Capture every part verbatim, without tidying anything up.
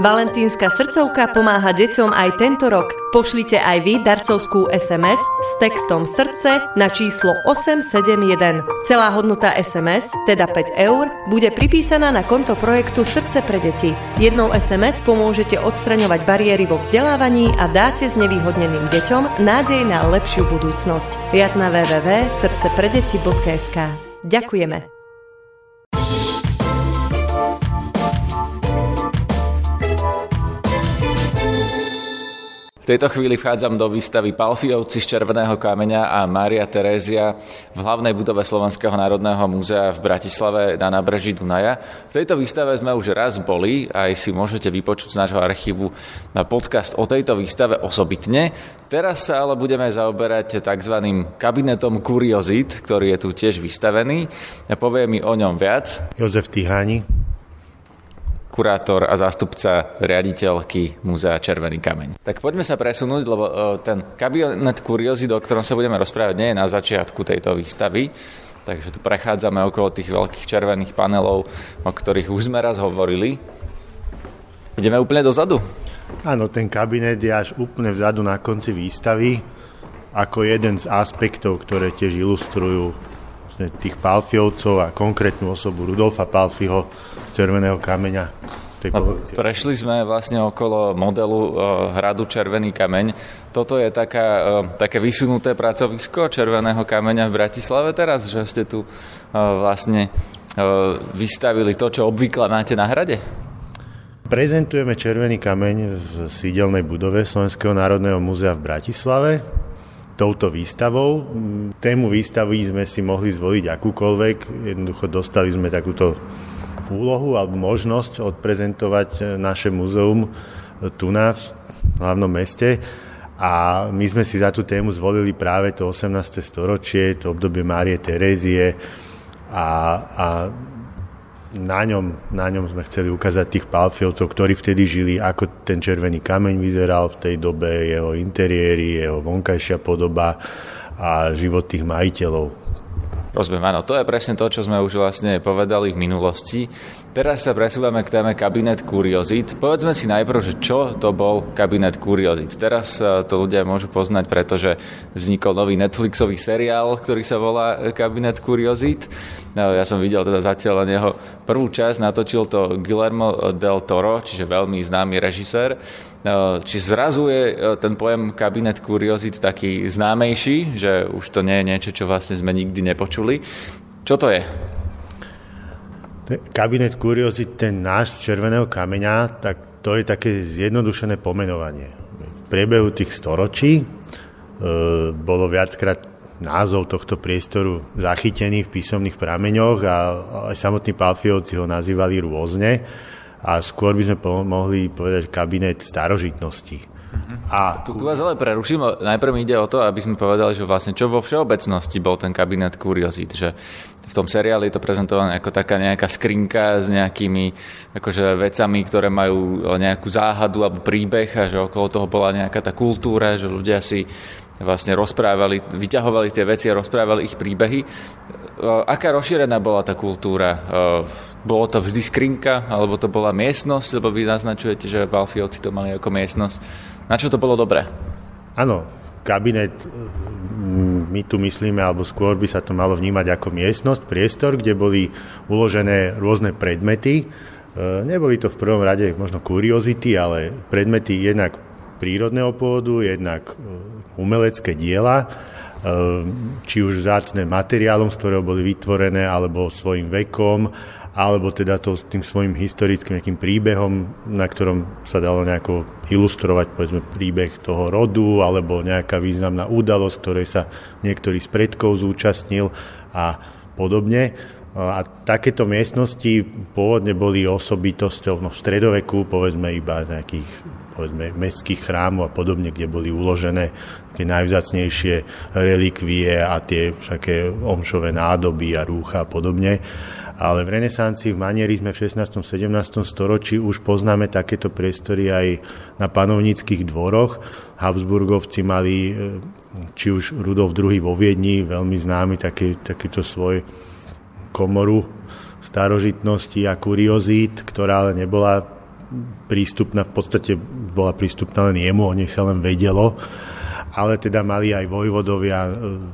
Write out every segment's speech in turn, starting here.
Valentínska srdcovka pomáha deťom aj tento rok. Pošlite aj vy darcovskú es em es s textom srdce na číslo osem sedem jeden. Celá hodnota es em es, teda päť eur, bude pripísaná na konto projektu Srdce pre deti. Jednou es em es pomôžete odstraňovať bariéry vo vzdelávaní a dáte znevýhodneným deťom nádej na lepšiu budúcnosť. Viac na w w w bodka srdcepredeti bodka es ká. Ďakujeme. V tejto chvíli vchádzam do výstavy Palfiovci z Červeného kameňa a Mária Terézia v hlavnej budove Slovenského národného múzea v Bratislave na nábreží Dunaja. V tejto výstave sme už raz boli, aj si môžete vypočuť z nášho archívu na podcast o tejto výstave osobitne. Teraz sa ale budeme zaoberať tzv. Kabinetom kuriozít, ktorý je tu tiež vystavený. Povie mi o ňom viac Jozef Tiháni, kurátor a zástupca riaditeľky Múzea Červený kameň. Tak poďme sa presunúť, lebo ten kabinet kuriozít, o ktorom sa budeme rozprávať, nie je na začiatku tejto výstavy, takže tu prechádzame okolo tých veľkých červených panelov, o ktorých už sme raz hovorili. Ideme úplne dozadu? Áno, ten kabinet je až úplne vzadu na konci výstavy, ako jeden z aspektov, ktoré tiež ilustrujú vlastne tých Palfiovcov a konkrétnu osobu Rudolfa Palfiho z Červeného kameňa. No, prešli sme vlastne okolo modelu uh, hradu Červený kameň. Toto je taká, uh, také vysunuté pracovisko Červeného kameňa v Bratislave teraz, že ste tu uh, vlastne uh, vystavili to, čo obvykle máte na hrade? Prezentujeme Červený kameň v sídelnej budove Slovenského národného múzea v Bratislave touto výstavou. Tému výstavy sme si mohli zvoliť akúkoľvek. Jednoducho dostali sme takúto úlohu alebo možnosť odprezentovať naše múzeum tu na hlavnom meste a my sme si za tú tému zvolili práve to osemnáste storočie, to obdobie Márie Terézie a, a na ňom, na ňom sme chceli ukázať tých Palfiovcov, ktorí vtedy žili, ako ten Červený kameň vyzeral v tej dobe, jeho interiéry, jeho vonkajšia podoba a život tých majiteľov. Rozumiem, áno, to je presne to, čo sme už vlastne povedali v minulosti. Teraz sa presúvame k téme Kabinet kuriozít. Povedzme si najprv, že čo to bol Kabinet kuriozít. Teraz to ľudia môžu poznať, pretože vznikol nový Netflixový seriál, ktorý sa volá Kabinet kuriozít. Ja som videl teda zatiaľ len jeho prvú časť, natočil to Guillermo del Toro, čiže veľmi známy režisér. Či zrazu je ten pojem Kabinet kuriozít taký známejší, že už to nie je niečo, čo vlastne sme nikdy nepočuli. Čo to je? Kabinet kuriozít, ten náš z Červeného kameňa, tak to je také zjednodušené pomenovanie. V priebehu tých storočí e, bolo viackrát názov tohto priestoru zachytený v písomných prameňoch a aj samotní Palfiovci ho nazývali rôzne. A skôr by sme po- mohli povedať kabinet starožitnosti. A tu, tu vás ale preruším. Najprv ide o to, aby sme povedali, že vlastne čo vo všeobecnosti bol ten kabinet kuriozít. Že v tom seriáli je to prezentované ako taká nejaká skrinka s nejakými akože vecami, ktoré majú nejakú záhadu alebo príbeh a že okolo toho bola nejaká tá kultúra, že ľudia si vlastne rozprávali, vyťahovali tie veci a rozprávali ich príbehy. Aká rozšírená bola tá kultúra? Bolo to vždy skrinka, alebo to bola miestnosť, lebo vy naznačujete, že Palfiovci to mali ako miestnosť. Na čo to bolo dobré? Áno, kabinet, my tu myslíme, alebo skôr by sa to malo vnímať ako miestnosť, priestor, kde boli uložené rôzne predmety. Neboli to v prvom rade možno kuriozity, ale predmety jednak prírodného pôvodu, jednak umelecké diela, či už vzácne materiálom, z ktorého boli vytvorené, alebo svojim vekom, alebo teda to, tým svojim historickým nejakým príbehom, na ktorom sa dalo nejako ilustrovať, povedzme, príbeh toho rodu, alebo nejaká významná udalosť, ktorej sa niektorý z predkov zúčastnil a podobne. A takéto miestnosti pôvodne boli osobitosťou no, v stredoveku, povedzme iba nejakých povedzme, mestských chrámov a podobne, kde boli uložené tie najvzácnejšie relikvie a tie všaké omšové nádoby a rúcha a podobne. Ale v renesancii, v manierizme v šestnástom sedemnástom storočí už poznáme takéto priestory aj na panovníckych dvoroch. Habsburgovci mali, či už Rudolf druhý vo Viedni, veľmi známy taký, takýto svoj komoru starožitnosti a kuriozít, ktorá ale nebola prístupná, v podstate bola prístupná len jemu, o nech sa len vedelo, ale teda mali aj vojvodovia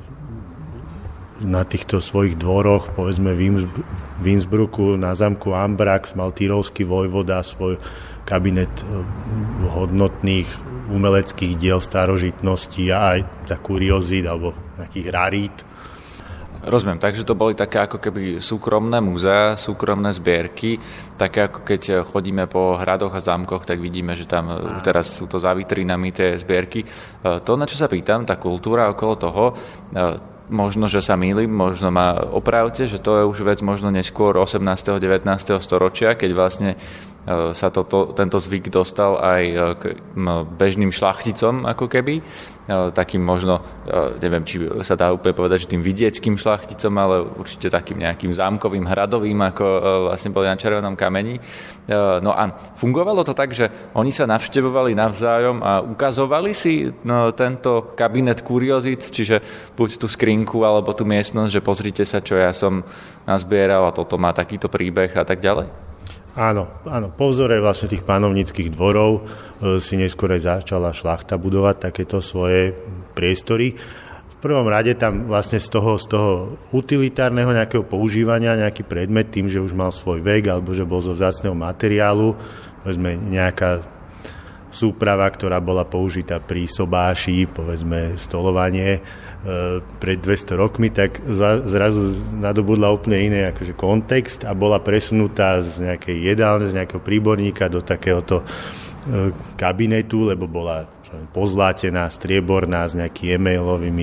na týchto svojich dvoroch, povedzme v Innsbrucku, na zámku Ambrax mal tyrovský vojvoda svoj kabinet hodnotných umeleckých diel starožitností a aj tá kuriozít alebo nejakých rarít. Rozumiem, takže to boli také ako keby súkromné múzea, súkromné zbierky, také ako keď chodíme po hradoch a zámkoch, tak vidíme, že tam teraz sú to za vitrinami tie zbierky. To, na čo sa pýtam, tá kultúra okolo toho, možno, že sa mýlim, možno ma opravte, že to je už vec možno neskôr osemnásteho devätnásteho storočia, keď vlastne sa toto, tento zvyk dostal aj k bežným šlachticom, ako keby. Takým možno, neviem, či sa dá úplne povedať, že tým vidieckým šlachticom, ale určite takým nejakým zámkovým, hradovým, ako vlastne boli na Červenom kameni. No a fungovalo to tak, že oni sa navštevovali navzájom a ukazovali si no, tento kabinet kuriozít, čiže buď tú skrinku, alebo tú miestnosť, že pozrite sa, čo ja som nazbieral a toto má takýto príbeh a tak ďalej. Áno, áno, po vzore vlastne tých panovníckych dvorov e, si neskôr aj začala šlachta budovať takéto svoje priestory. V prvom rade tam vlastne z toho, z toho utilitárneho nejakého používania nejaký predmet tým, že už mal svoj vek alebo že bol zo vzácneho materiálu, povedzme nejaká súprava, ktorá bola použitá pri sobáši, povedzme stolovanie, pred dvesto rokmi, tak zrazu nadobudla úplne iný akože kontext a bola presunutá z nejakej jedálne, z nejakého príborníka do takéhoto kabinetu, lebo bola pozlátená, strieborná s nejakými emailovými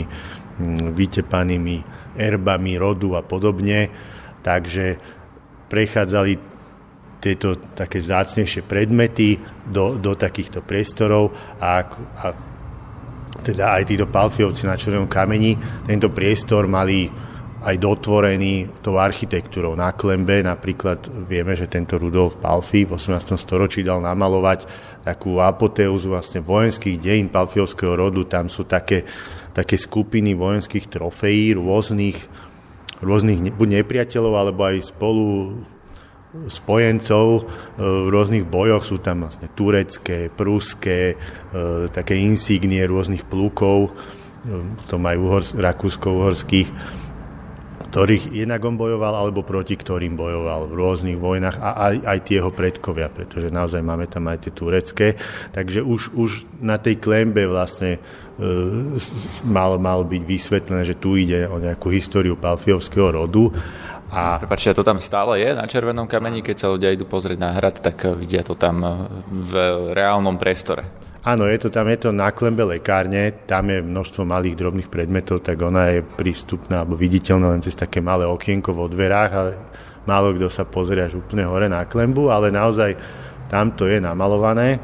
vytepanými erbami rodu a podobne. Takže prechádzali tieto také vzácnejšie predmety do, do takýchto priestorov a, a teda aj títo Palfiovci na Červenom kameni tento priestor mali aj dotvorený tou architektúrou na klembe. Napríklad vieme, že tento Rudolf Palfi v osemnástom storočí dal namalovať takú apoteózu vlastne vojenských dejín Palfiovského rodu. Tam sú také, také skupiny vojenských trofejí rôznych, rôznych buď nepriateľov, alebo aj spolu spojencov v rôznych bojoch. Sú tam vlastne turecké, pruské, také insígnie rôznych plukov, to majú uhors, rakúsko-uhorských, ktorých jednak on bojoval, alebo proti ktorým bojoval v rôznych vojnách a aj, aj tie jeho predkovia, pretože naozaj máme tam aj tie turecké. Takže už, už na tej klembe vlastne e, mal, mal byť vysvetlené, že tu ide o nejakú históriu Palfiovského rodu. A prepáčte, to tam stále je na Červenom kameni, keď sa ľudia idú pozrieť na hrad, tak vidia to tam v reálnom priestore. Áno, je to tam, je to na klembe lekárne, tam je množstvo malých drobných predmetov, tak ona je prístupná alebo viditeľná len cez také malé okienko vo dverách, ale málo kto sa pozrie až úplne hore na klembu, ale naozaj tam to je namalované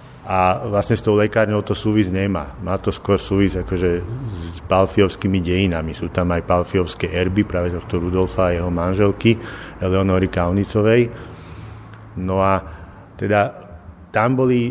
a vlastne s tou lekárňou to súvis nemá. Má to skôr súvis akože s palfiovskými dejinami. Sú tam aj palfiovské erby práve tohto Rudolfa a jeho manželky Eleonory Kaunicovej. No a teda tam boli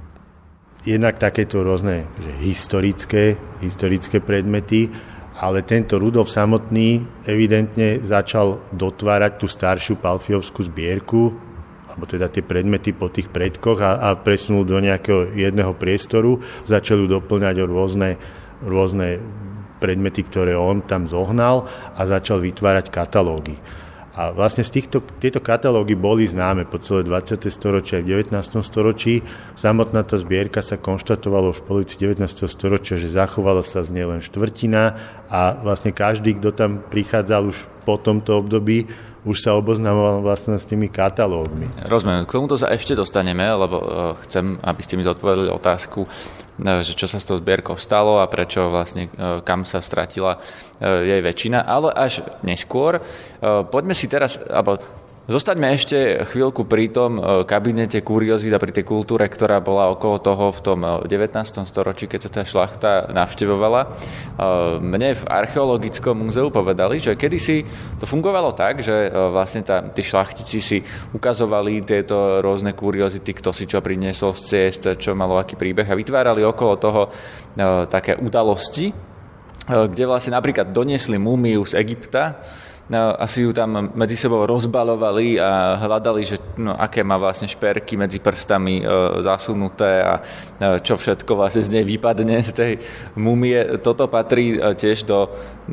jednak takéto rôzne že historické, historické predmety, ale tento Rudolf samotný evidentne začal dotvárať tú staršiu palfiovskú zbierku, alebo teda tie predmety po tých predkoch a, a presunul do nejakého jedného priestoru, začali doplňať o rôzne, rôzne predmety, ktoré on tam zohnal a začal vytvárať katalógy. A vlastne z týchto, tieto katalógy boli známe po celé dvadsiate storočie a v devätnástom storočí. Samotná tá zbierka sa konštatovala už v polovici devätnásteho storočia, že zachovala sa z nej len štvrtina a vlastne každý, kto tam prichádzal už po tomto období, už sa oboznamoval vlastne s tými katalógmi. Rozumiem, k tomuto sa ešte dostaneme, lebo chcem, aby ste mi zodpovedali otázku, že čo sa s tou zbierkou stalo a prečo vlastne kam sa stratila jej väčšina, ale až neskôr. Poďme si teraz, alebo zostaňme ešte chvíľku pri tom kabinete kuriozít a pri tej kultúre, ktorá bola okolo toho v tom devätnástom storočí, keď sa tá šlachta navštevovala. Mne v archeologickom múzeu povedali, že kedysi to fungovalo tak, že vlastne tá, tí šlachtici si ukazovali tieto rôzne kuriozity, kto si čo priniesol z ciest, čo malo aký príbeh a vytvárali okolo toho také udalosti, kde vlastne napríklad doniesli múmiu z Egypta, asi ju tam medzi sebou rozbalovali a hľadali, že no, aké má vlastne šperky medzi prstami e, zasunuté a e, čo všetko vlastne z nej vypadne z tej mumie. Toto patrí e, tiež do e,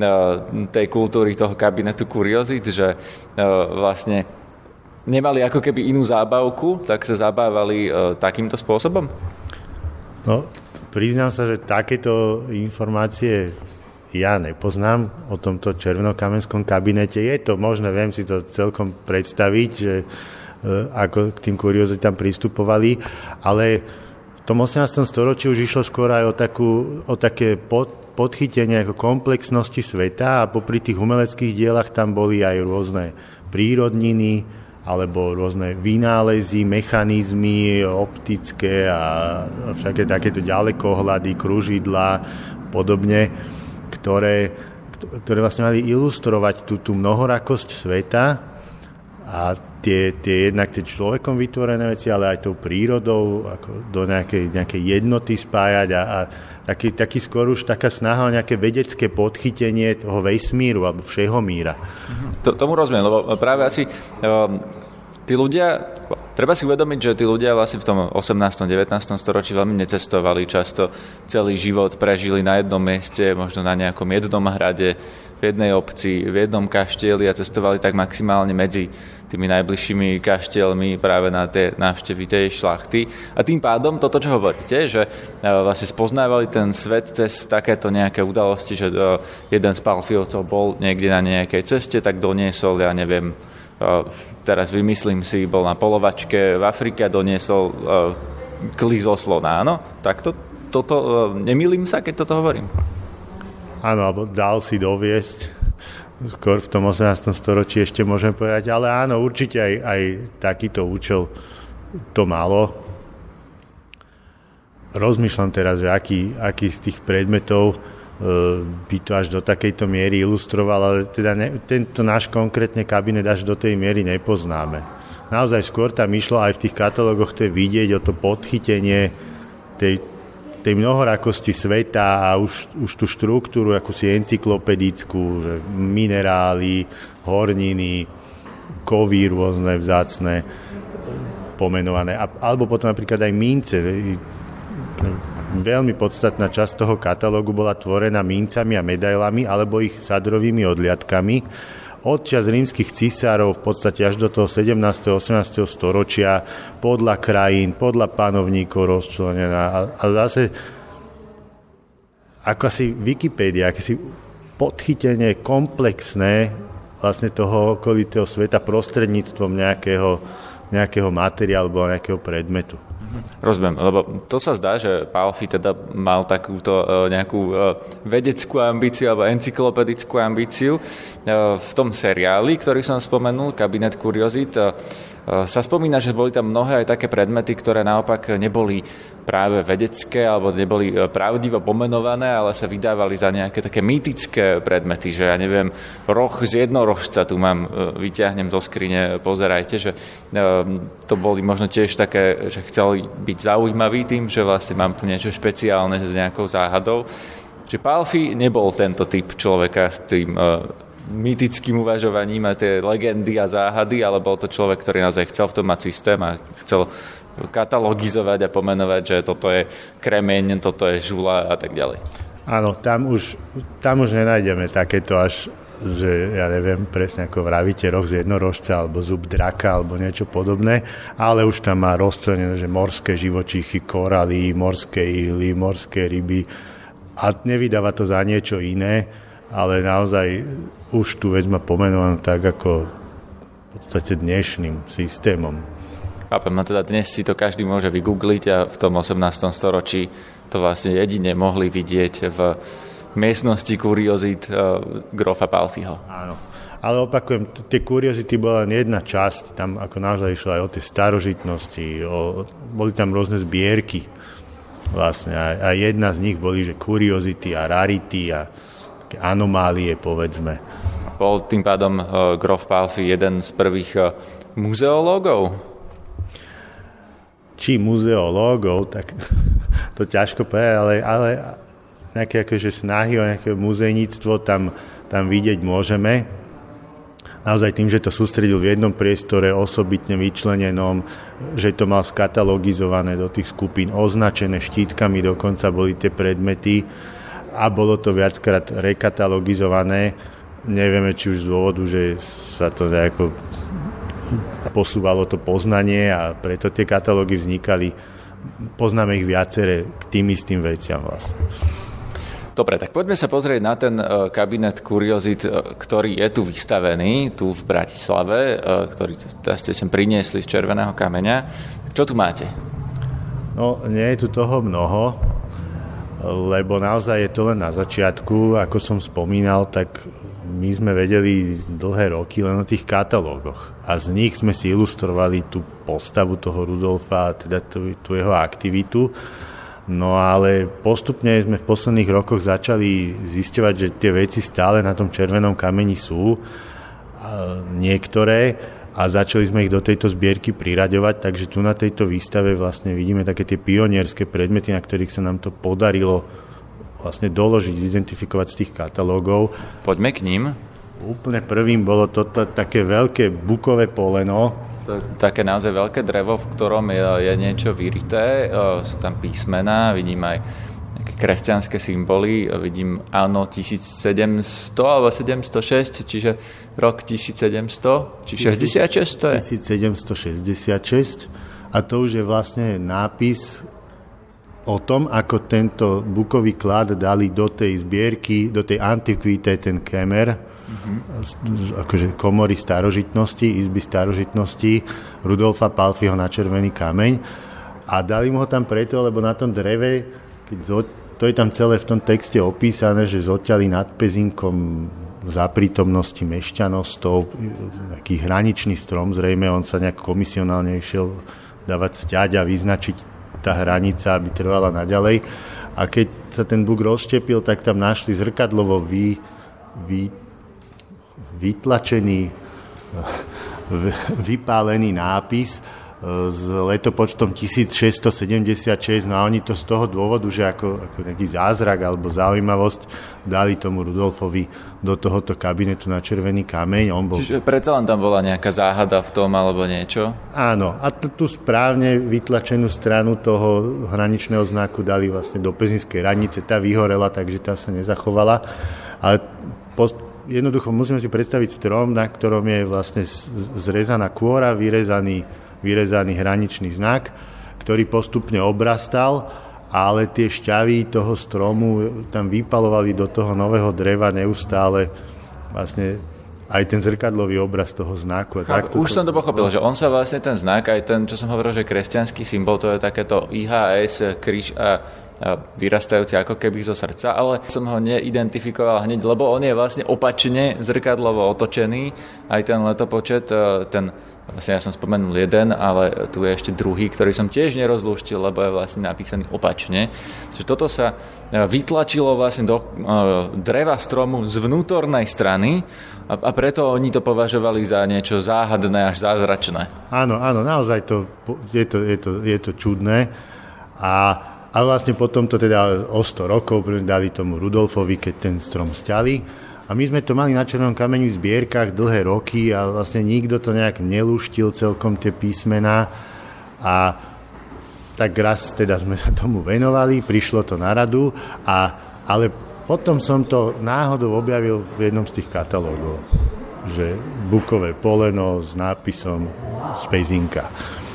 tej kultúry toho kabinetu kuriozít, že e, vlastne nemali ako keby inú zábavku, tak sa zabávali e, takýmto spôsobom? No, priznám sa, že takéto informácie ja nepoznám o tomto červenokamenskom kabinete. Je to možné, viem si to celkom predstaviť, že e, ako k tým kuriozitám pristupovali, ale v tom osemnástom storočí už išlo skôr aj o, takú, o také pod, podchytenie ako komplexnosti sveta a popri tých umeleckých dielach tam boli aj rôzne prírodniny alebo rôzne vynálezy, mechanizmy optické a všaké takéto ďalekohľady, kružidlá podobne, Ktoré, ktoré vlastne mali ilustrovať tú, tú mnohorakosť sveta a tie, tie jednak tie človekom vytvorené veci, ale aj tou prírodou ako do nejakej, nejakej jednoty spájať a, a taký, taký skôr už taká snaha o nejaké vedecké podchytenie toho vesmíru alebo všehomíra. To, tomu rozumiem, lebo práve asi um, tí ľudia, treba si uvedomiť, že tí ľudia vlastne v tom osemnástom devätnástom storočí veľmi necestovali, často celý život prežili na jednom mieste, možno na nejakom jednom hrade, v jednej obci, v jednom kaštieli a cestovali tak maximálne medzi tými najbližšími kaštielmi práve na tie návštevy tej šlachty. A tým pádom toto, čo hovoríte, že vlastne spoznávali ten svet cez takéto nejaké udalosti, že jeden z Pálfiovcov bol niekde na nejakej ceste, tak doniesol, ja neviem, teraz vymyslím si, bol na polovačke v Afrike a doniesol uh, kli zo slona, áno? Tak to, toto, uh, nemýlim sa, keď toto hovorím? Áno, alebo dal si doviesť, skôr v tom osemnástom storočí ešte môžem povedať, ale áno, určite aj, aj takýto účel to malo. Rozmýšľam teraz, že aký, aký z tých predmetov by to až do takejto miery ilustroval, ale teda ne, tento náš konkrétne kabinet až do tej miery nepoznáme. Naozaj skôr tam išlo aj v tých katalógoch to je vidieť o to podchytenie tej, tej mnohorakosti sveta a už, už tú štruktúru akúsi encyklopedickú, minerály, horniny, kovy rôzne vzácne pomenované. A, alebo potom napríklad aj mince. Veľmi podstatná časť toho katalógu bola tvorená mincami a medailami alebo ich sadrovými odliadkami. Odčas rímskych cisárov v podstate až do toho sedemnásteho osemnásteho storočia podľa krajín, podľa panovníkov rozčlenená. A, a zase ako asi Wikipédia, akési podchytenie komplexné vlastne toho okolitého sveta prostredníctvom nejakého, nejakého materiálu alebo nejakého predmetu. Rozumiem, lebo to sa zdá, že Pálfi teda mal takúto uh, nejakú uh, vedeckú ambíciu alebo encyklopedickú ambíciu. Uh, v tom seriáli, ktorý som spomenul, Kabinet kuriozít, uh, sa spomína, že boli tam mnohé aj také predmety, ktoré naopak neboli práve vedecké alebo neboli pravdivo pomenované, ale sa vydávali za nejaké také mýtické predmety, že ja neviem, roh z jednorožca tu mám, vyťahnem do skrine, pozerajte, že to boli možno tiež také, že chceli byť zaujímaví tým, že vlastne mám tu niečo špeciálne s nejakou záhadou. Že Pálfi nebol tento typ človeka s tým mýtickým uvažovaním a tie legendy a záhady, ale bol to človek, ktorý naozaj chcel v tom mať systém a chcel katalogizovať a pomenovať, že toto je kremeň, toto je žula a tak ďalej. Áno, tam už, tam už nenájdeme takéto až, že ja neviem presne ako vravíte, roh z jednorožca alebo zub draka alebo niečo podobné, ale už tam má rozčlenené, že morské živočíchy, koraly, morské ihly, morské ryby a nevydáva to za niečo iné, ale naozaj už tú vec má pomenovanú tak ako v podstate dnešným systémom. Chápem, a teda dnes si to každý môže vygoogliť a v tom osemnástom storočí to vlastne jedine mohli vidieť v miestnosti kuriozít uh, grofa Pálfiho. Áno, ale opakujem, tie kuriozity bola len jedna časť, tam ako naozaj išlo aj o tie starožitnosti, o, boli tam rôzne zbierky vlastne a, a jedna z nich boli, že kuriozity a rarity a anomálie, povedzme. Bol tým pádom uh, grof Pálfi jeden z prvých uh, muzeológov? Či muzeológov, tak to ťažko povedať, ale, ale nejaké akože snahy o nejaké muzejníctvo tam, tam vidieť môžeme. naozaj tým, že to sústredil v jednom priestore osobitne vyčlenenom, že to mal skatalogizované do tých skupín, označené štítkami dokonca boli tie predmety a bolo to viackrát rekatalogizované. Nevieme, či už z dôvodu, že sa to nejako posúvalo to poznanie a preto tie katalógy vznikali. Poznáme ich viaceré k tým istým veciam vlastne. Dobre, tak poďme sa pozrieť na ten kabinet kuriozít, ktorý je tu vystavený, tu v Bratislave, ktorý ste sem priniesli z Červeného kameňa. Čo tu máte? No, nie je tu toho mnoho, lebo naozaj je to len na začiatku. Ako som spomínal, tak my sme vedeli dlhé roky len o tých katalógoch. A z nich sme si ilustrovali tú postavu toho Rudolfa, teda tú, tú jeho aktivitu. No ale postupne sme v posledných rokoch začali zisťovať, že tie veci stále na tom Červenom kameni sú, niektoré, a začali sme ich do tejto zbierky priraďovať, takže tu na tejto výstave vlastne vidíme také tie pionierské predmety, na ktorých sa nám to podarilo vlastne doložiť, identifikovať z tých katalógov. Poďme k ním. Úplne prvým bolo toto také veľké bukové poleno. To je také naozaj veľké drevo, v ktorom je, je niečo vyrité, sú tam písmená, vidím aj nejaké kresťanské symboly, vidím áno tisícsedemsto alebo sedemstošesť, čiže rok tisícsedemsto, či šesťdesiatšesť to je? tisícsedemstošesťdesiatšesť a to už je vlastne nápis o tom, ako tento bukový klad dali do tej zbierky, do tej Antiquitaten Kämer, mm-hmm. akože komory starožitnosti, izby starožitnosti Rudolfa Palfiho na Červený kameň, a dali mu ho tam preto, lebo na tom dreve, keď zo, to je tam celé v tom texte opísané, že zoťali nad Pezinkom za prítomnosti mešťanostov taký hraničný strom, zrejme on sa nejak komisionálne išiel dávať sťať a vyznačiť tá hranica, aby trvala naďalej. A keď sa ten buk rozštepil, tak tam našli zrkadlovo vy, vy, vytlačený, vypálený nápis s letopočtom tisícšesťstosedemdesiatšesť, no a oni to z toho dôvodu, že ako, ako nejaký zázrak alebo zaujímavosť dali tomu Rudolfovi do tohoto kabinetu na Červený kameň. On bol... Čiže predsa len tam bola nejaká záhada v tom alebo niečo? Áno, a t- tú správne vytlačenú stranu toho hraničného znaku dali vlastne do Pezinskej radnice, tá vyhorela, takže tá sa nezachovala, ale post- jednoducho musíme si predstaviť strom, na ktorom je vlastne zrezaná kôra, vyrezaný vyrezaný hraničný znak, ktorý postupne obrastal, ale tie šťavy toho stromu tam vypalovali do toho nového dreva neustále vlastne aj ten zrkadlový obraz toho znaku. Chápu, už to... som to pochopil, že on sa vlastne ten znak, aj ten, čo som hovoril, že kresťanský symbol, to je takéto í há es, kríž a vyrastajúci ako keby zo srdca, ale som ho neidentifikoval hneď, lebo on je vlastne opačne zrkadlovo otočený, aj ten letopočet, ten vlastne ja som spomenul jeden, ale tu je ešte druhý, ktorý som tiež nerozlúštil, lebo je vlastne napísaný opačne. Čiže toto sa vytlačilo vlastne do dreva stromu z vnútornej strany a, a preto oni to považovali za niečo záhadné až zázračné. Áno, áno, naozaj to, je, to, je, to, je to čudné. A, a vlastne potom to teda o sto rokov dali tomu Rudolfovi, keď ten strom sťali. A my sme to mali na Červenom kameňu v zbierkach dlhé roky a vlastne nikto to nejak nelúštil celkom tie písmená. A tak raz teda sme sa tomu venovali, prišlo to na radu, a, ale potom som to náhodou objavil v jednom z tých katalógov, že bukové poleno s nápisom z Pezinka.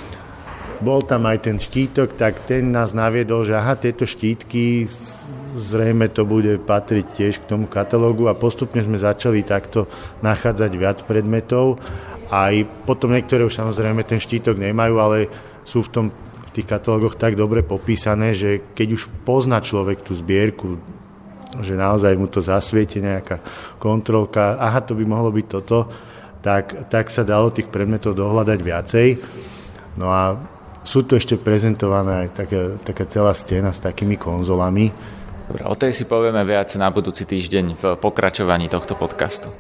Bol tam aj ten štítok, tak ten nás naviedol, že aha, tieto štítky, zrejme to bude patriť tiež k tomu katalógu, a postupne sme začali takto nachádzať viac predmetov. Aj potom niektoré už samozrejme ten štítok nemajú, ale sú v tom v tých katalógoch tak dobre popísané, že keď už pozná človek tú zbierku, že naozaj mu to zasvieti nejaká kontrolka, aha, to by mohlo byť toto, tak, tak sa dalo tých predmetov dohľadať viacej. No a sú tu ešte prezentované aj taká, taká celá stena s takými konzolami. Dobre, o tej si povieme viac na budúci týždeň v pokračovaní tohto podcastu.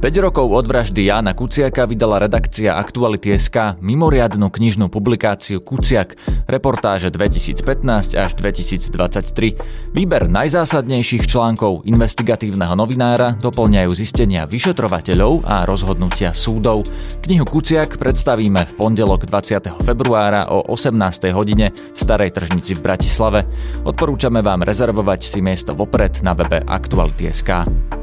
päť rokov od vraždy Jána Kuciaka vydala redakcia Aktuality bodka es ká mimoriadnu knižnú publikáciu Kuciak, reportáže dvetisícpätnásť až dvetisícdvadsaťtri. Výber najzásadnejších článkov investigatívneho novinára doplňajú zistenia vyšetrovateľov a rozhodnutia súdov. Knihu Kuciak predstavíme v pondelok dvadsiateho februára o osemnástej hodine v Starej tržnici v Bratislave. Odporúčame vám rezervovať si miesto vopred na webe Aktuality bodka es ká.